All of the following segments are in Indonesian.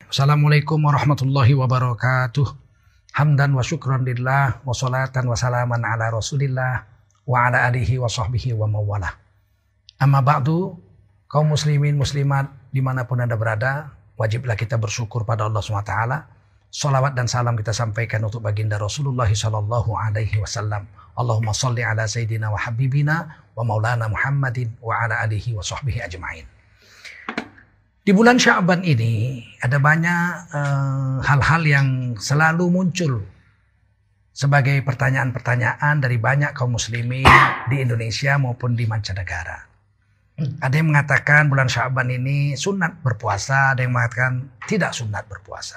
Assalamualaikum warahmatullahi wabarakatuh. Hamdan wa syukran lillah wa salatan wa salaman ala rasulillah wa ala alihi wa sahbihi wa mawalah. Amma ba'du, kaum muslimin muslimat dimanapun anda berada, wajiblah kita bersyukur pada Allah SWT. Salawat dan salam kita sampaikan untuk baginda Rasulullah sallallahu alaihi wasallam. Allahumma salli ala sayyidina wa habibina wa maulana Muhammadin wa ala alihi wa sahbihi ajma'in. Di bulan Sya'ban ini ada banyak hal-hal yang selalu muncul sebagai pertanyaan-pertanyaan dari banyak kaum muslimin di Indonesia maupun di mancanegara. Ada yang mengatakan bulan Sya'ban ini sunat berpuasa, ada yang mengatakan tidak sunat berpuasa.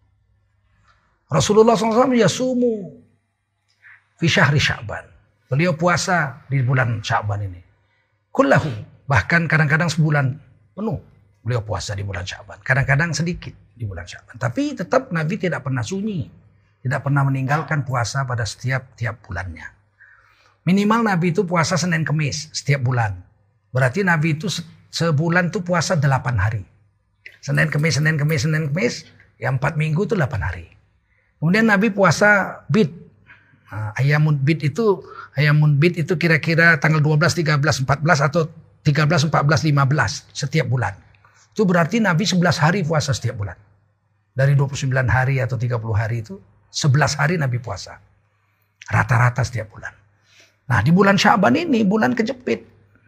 Rasulullah SAW yasumu fi syahri Sya'ban. Beliau puasa di bulan Sya'ban ini. Kullahu, bahkan kadang-kadang sebulan penuh. Beliau puasa di bulan Sya'ban. Kadang-kadang sedikit di bulan Sya'ban. Tapi tetap Nabi tidak pernah sunyi. Tidak pernah meninggalkan puasa pada setiap bulannya. Minimal Nabi itu puasa Senin Kemis setiap bulan. Berarti Nabi itu sebulan itu puasa 8 hari. Senin Kemis, Senin Kemis, Senin Kemis. Ya 4 minggu itu 8 hari. Kemudian Nabi puasa bid. Ayamun bid itu kira-kira tanggal 12, 13, 14 atau 13, 14, 15 setiap bulan. Itu berarti Nabi 11 hari puasa setiap bulan. Dari 29 hari atau 30 hari itu 11 hari Nabi puasa. Rata-rata setiap bulan. Nah di bulan Sya'ban ini bulan kejepit.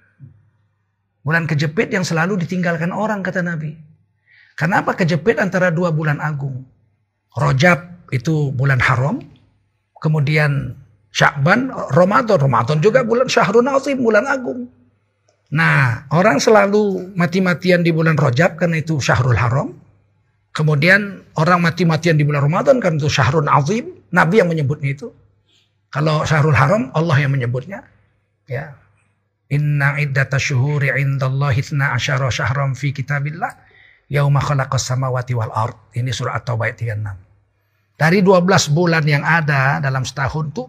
Bulan kejepit yang selalu ditinggalkan orang kata Nabi. Kenapa kejepit antara dua bulan agung? Rajab itu bulan haram. Kemudian Sya'ban, Ramadan juga bulan Syahrul Azim, bulan agung. Nah, orang selalu mati-matian di bulan Rajab karena itu Syahrul Haram. Kemudian orang mati-matian di bulan Ramadan karena itu Syahrul Azim. Nabi yang menyebutnya itu. Kalau Syahrul Haram, Allah yang menyebutnya. Ya. Inna iddata syuhuri indallahi 12 syahram fi kitabillah yauma khalaqas samawati wal ard. Ini surah At-Taubah ayat 36. Dari 12 bulan yang ada dalam setahun tuh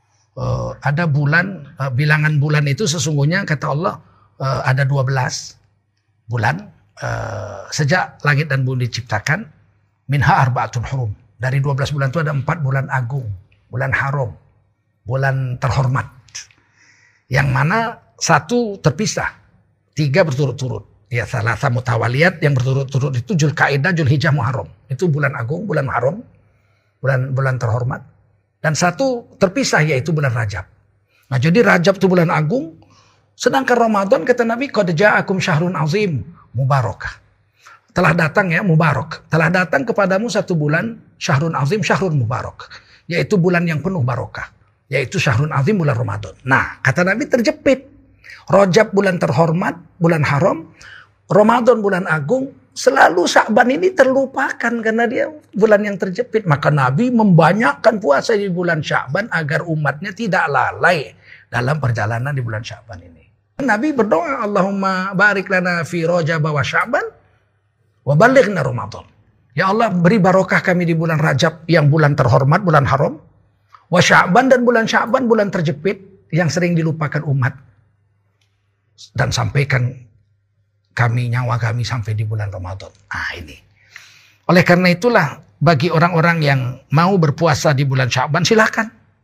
ada bulan, bilangan bulan itu sesungguhnya kata Allah ada 12 bulan sejak langit dan bumi diciptakan, minha arba'atun hurum. Dari 12 bulan itu ada 4 bulan agung, bulan haram, bulan terhormat. Yang mana satu terpisah, 3 berturut-turut. Ya salah satu mutawaliyat yang berturut-turut itu Dzulqa'dah, Dzulhijjah, Muharram. Itu bulan agung, bulan haram, bulan terhormat. Dan satu terpisah yaitu bulan Rajab. Nah jadi Rajab itu bulan agung. Sedangkan Ramadan kata Nabi qad ja'akum syahrun azim mubarakah. Telah datang ya mubarak. Telah datang kepadamu satu bulan syahrun azim, syahrun mubarak. Yaitu bulan yang penuh barokah. Yaitu syahrun azim bulan Ramadan. Nah kata Nabi terjepit. Rajab bulan terhormat, bulan haram. Ramadan bulan agung. Selalu Sya'ban ini terlupakan karena dia bulan yang terjepit. Maka Nabi membanyakkan puasa di bulan Sya'ban agar umatnya tidak lalai dalam perjalanan di bulan Sya'ban ini. Nabi berdoa, Allahumma barik lana fi Rajab wa Sya'ban wa balighna Ramadan. Ya Allah beri barokah kami di bulan Rajab yang bulan terhormat, bulan haram. Wa Sya'ban dan bulan Sya'ban bulan terjepit yang sering dilupakan umat. Dan sampaikan nyawa kami sampai di bulan Ramadan. Ini. Oleh karena itulah bagi orang-orang yang mau berpuasa di bulan Sya'ban silakan.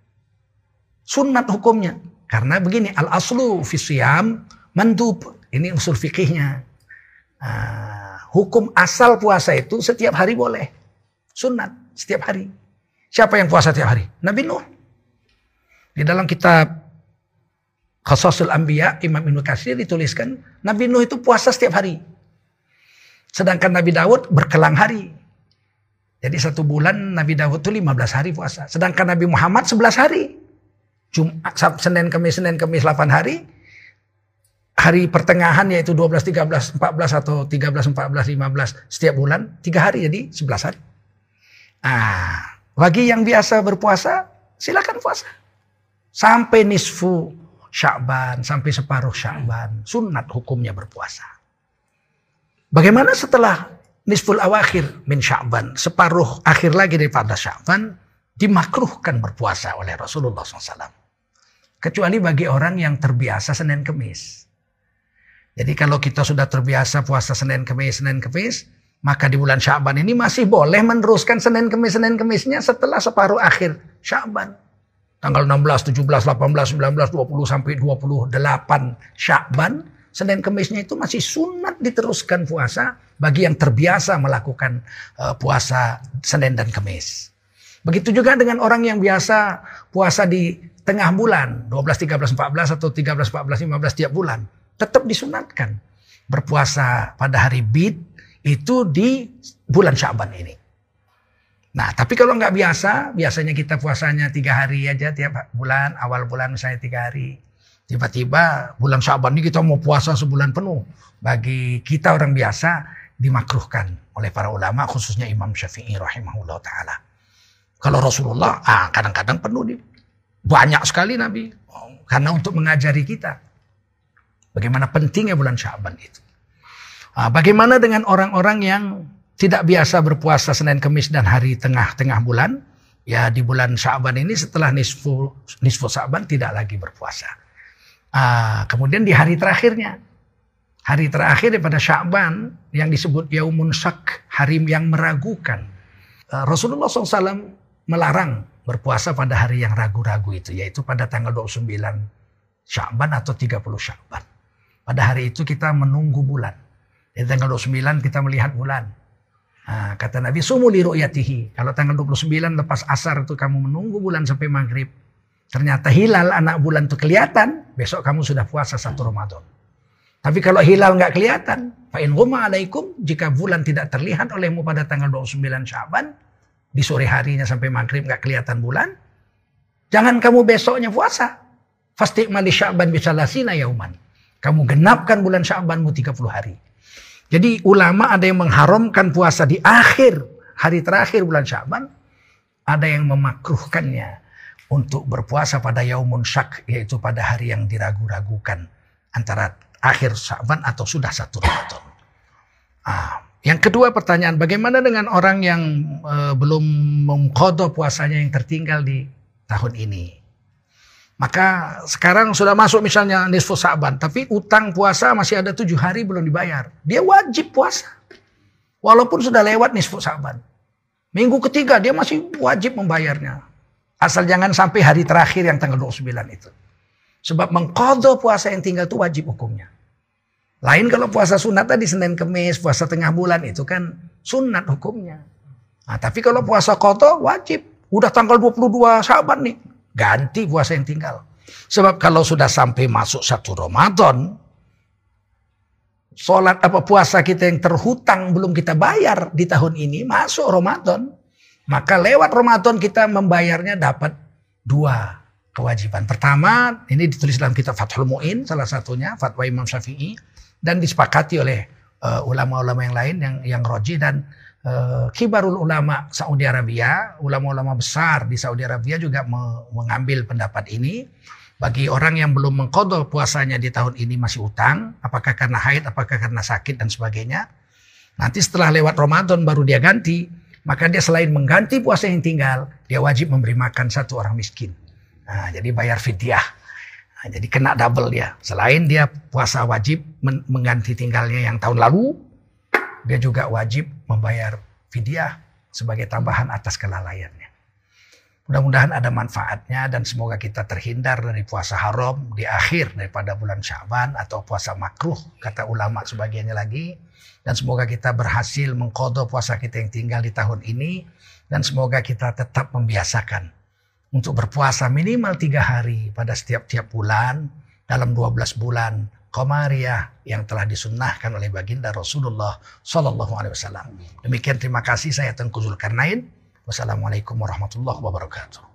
Sunnat hukumnya. Karena begini, al-aslu fi siyam mandub. Ini usul fikihnya. Hukum asal puasa itu setiap hari boleh. Sunnat setiap hari. Siapa yang puasa setiap hari? Nabi Nuh. Di dalam kitab Qasasul Anbiya, Imam Ibnu Katsir dituliskan Nabi Nuh itu puasa setiap hari. Sedangkan Nabi Daud berkelang hari. Jadi satu bulan Nabi Daud itu 15 hari puasa. Sedangkan Nabi Muhammad 11 hari. Jumat, Senin, Kamis, 8 hari. Hari pertengahan yaitu 12, 13, 14 atau 13, 14, 15 setiap bulan. 3 hari jadi 11 hari. Bagi yang biasa berpuasa silakan puasa. Sampai nisfu Sya'ban, sampai separuh Sya'ban. Sunat hukumnya berpuasa. Bagaimana setelah nisful awakhir min Sya'ban? Separuh akhir lagi daripada Sya'ban. Dimakruhkan berpuasa oleh Rasulullah SAW. Kecuali bagi orang yang terbiasa Senin Kemis. Jadi kalau kita sudah terbiasa puasa Senin Kemis, Maka di bulan Sya'ban ini masih boleh meneruskan Senin Kemisnya setelah separuh akhir Sya'ban. Tanggal 16, 17, 18, 19, 20 sampai 28 Sya'ban, Senin Kemisnya itu masih sunat diteruskan puasa bagi yang terbiasa melakukan puasa Senin dan Kemis. Begitu juga dengan orang yang biasa puasa di tengah bulan, 12, 13, 14 atau 13, 14, 15 tiap bulan. Tetap disunatkan berpuasa pada hari Bid itu di bulan Sya'ban ini. Nah, tapi kalau nggak biasa, biasanya kita puasanya 3 hari aja tiap bulan, awal bulan misalnya 3 hari. Tiba-tiba bulan Sya'ban ini kita mau puasa sebulan penuh. Bagi kita orang biasa dimakruhkan oleh para ulama, khususnya Imam Syafi'i rahimahullah ta'ala. Kalau Rasulullah, kadang-kadang penuh banyak sekali Nabi. Karena untuk mengajari kita bagaimana pentingnya bulan Sya'ban itu. Bagaimana dengan orang-orang yang tidak biasa berpuasa Senin Kemis dan hari tengah-tengah bulan? Ya di bulan Sya'ban ini setelah nisfu Sya'ban tidak lagi berpuasa. Kemudian di hari terakhirnya. Hari terakhir daripada Sya'ban yang disebut Yaumun Syak, hari yang meragukan. Rasulullah SAW melarang berpuasa pada hari yang ragu-ragu itu. Yaitu pada tanggal 29 Sya'ban atau 30 Sya'ban. Pada hari itu kita menunggu bulan. Di tanggal 29 kita melihat bulan. Kata Nabi, sumu li ru'yatihi. Kalau tanggal 29 lepas asar itu kamu menunggu bulan sampai maghrib. Ternyata hilal anak bulan itu kelihatan. Besok kamu sudah puasa 1 Ramadan. Tapi kalau hilal nggak kelihatan. Fa'in ghumma alaikum. Jika bulan tidak terlihat olehmu pada tanggal 29 Sya'ban. Di sore harinya sampai maghrib nggak kelihatan bulan. Jangan kamu besoknya puasa. Fastikmali Sya'ban bisalasina yauman. Kamu genapkan bulan Sya'banmu 30 hari. Jadi ulama ada yang mengharamkan puasa di akhir hari terakhir bulan Sya'ban, ada yang memakruhkannya untuk berpuasa pada Yaumun Syak, yaitu pada hari yang diragu-ragukan antara akhir Sya'ban atau sudah 1 Ramadan. Yang kedua pertanyaan, bagaimana dengan orang yang belum mengqadha puasanya yang tertinggal di tahun ini? Maka sekarang sudah masuk misalnya nisfu Sya'ban, tapi utang puasa masih ada 7 hari belum dibayar. Dia wajib puasa. Walaupun sudah lewat nisfu Sya'ban. Minggu ketiga dia masih wajib membayarnya. Asal jangan sampai hari terakhir yang tanggal 29 itu. Sebab mengqadha puasa yang tinggal itu wajib hukumnya. Lain kalau puasa sunat tadi Senin Kemis, puasa tengah bulan itu kan sunat hukumnya. Tapi kalau puasa qadha wajib. Udah tanggal 22 Sya'ban nih. Ganti puasa yang tinggal. Sebab kalau sudah sampai masuk 1 Ramadan, puasa kita yang terhutang belum kita bayar di tahun ini, masuk Ramadan, maka lewat Ramadan kita membayarnya dapat 2 kewajiban. Pertama, ini ditulis dalam kitab Fathul Mu'in, salah satunya, Fatwa Imam Syafi'i, dan disepakati oleh ulama-ulama yang lain yang rajih dan kibarul ulama Saudi Arabia, ulama-ulama besar di Saudi Arabia juga mengambil pendapat ini. Bagi orang yang belum mengqadha puasanya di tahun ini masih utang, apakah karena haid, apakah karena sakit dan sebagainya. Nanti setelah lewat Ramadan baru dia ganti, maka dia selain mengganti puasa yang tinggal, dia wajib memberi makan 1 orang miskin. Jadi bayar fidyah. Jadi kena double dia. Selain dia puasa wajib mengganti tinggalnya yang tahun lalu, dia juga wajib membayar fidyah sebagai tambahan atas kelalaiannya. Mudah-mudahan ada manfaatnya dan semoga kita terhindar dari puasa haram di akhir daripada bulan Sya'ban atau puasa makruh kata ulama sebagiannya lagi. Dan semoga kita berhasil mengqadha puasa kita yang tinggal di tahun ini dan semoga kita tetap membiasakan untuk berpuasa minimal 3 hari pada setiap bulan dalam 12 bulan Qamariyah yang telah disunnahkan oleh baginda Rasulullah Sallallahu Alaihi Wasallam. Demikian, terima kasih, saya Tengku Zulkarnain. Wassalamualaikum warahmatullahi wabarakatuh.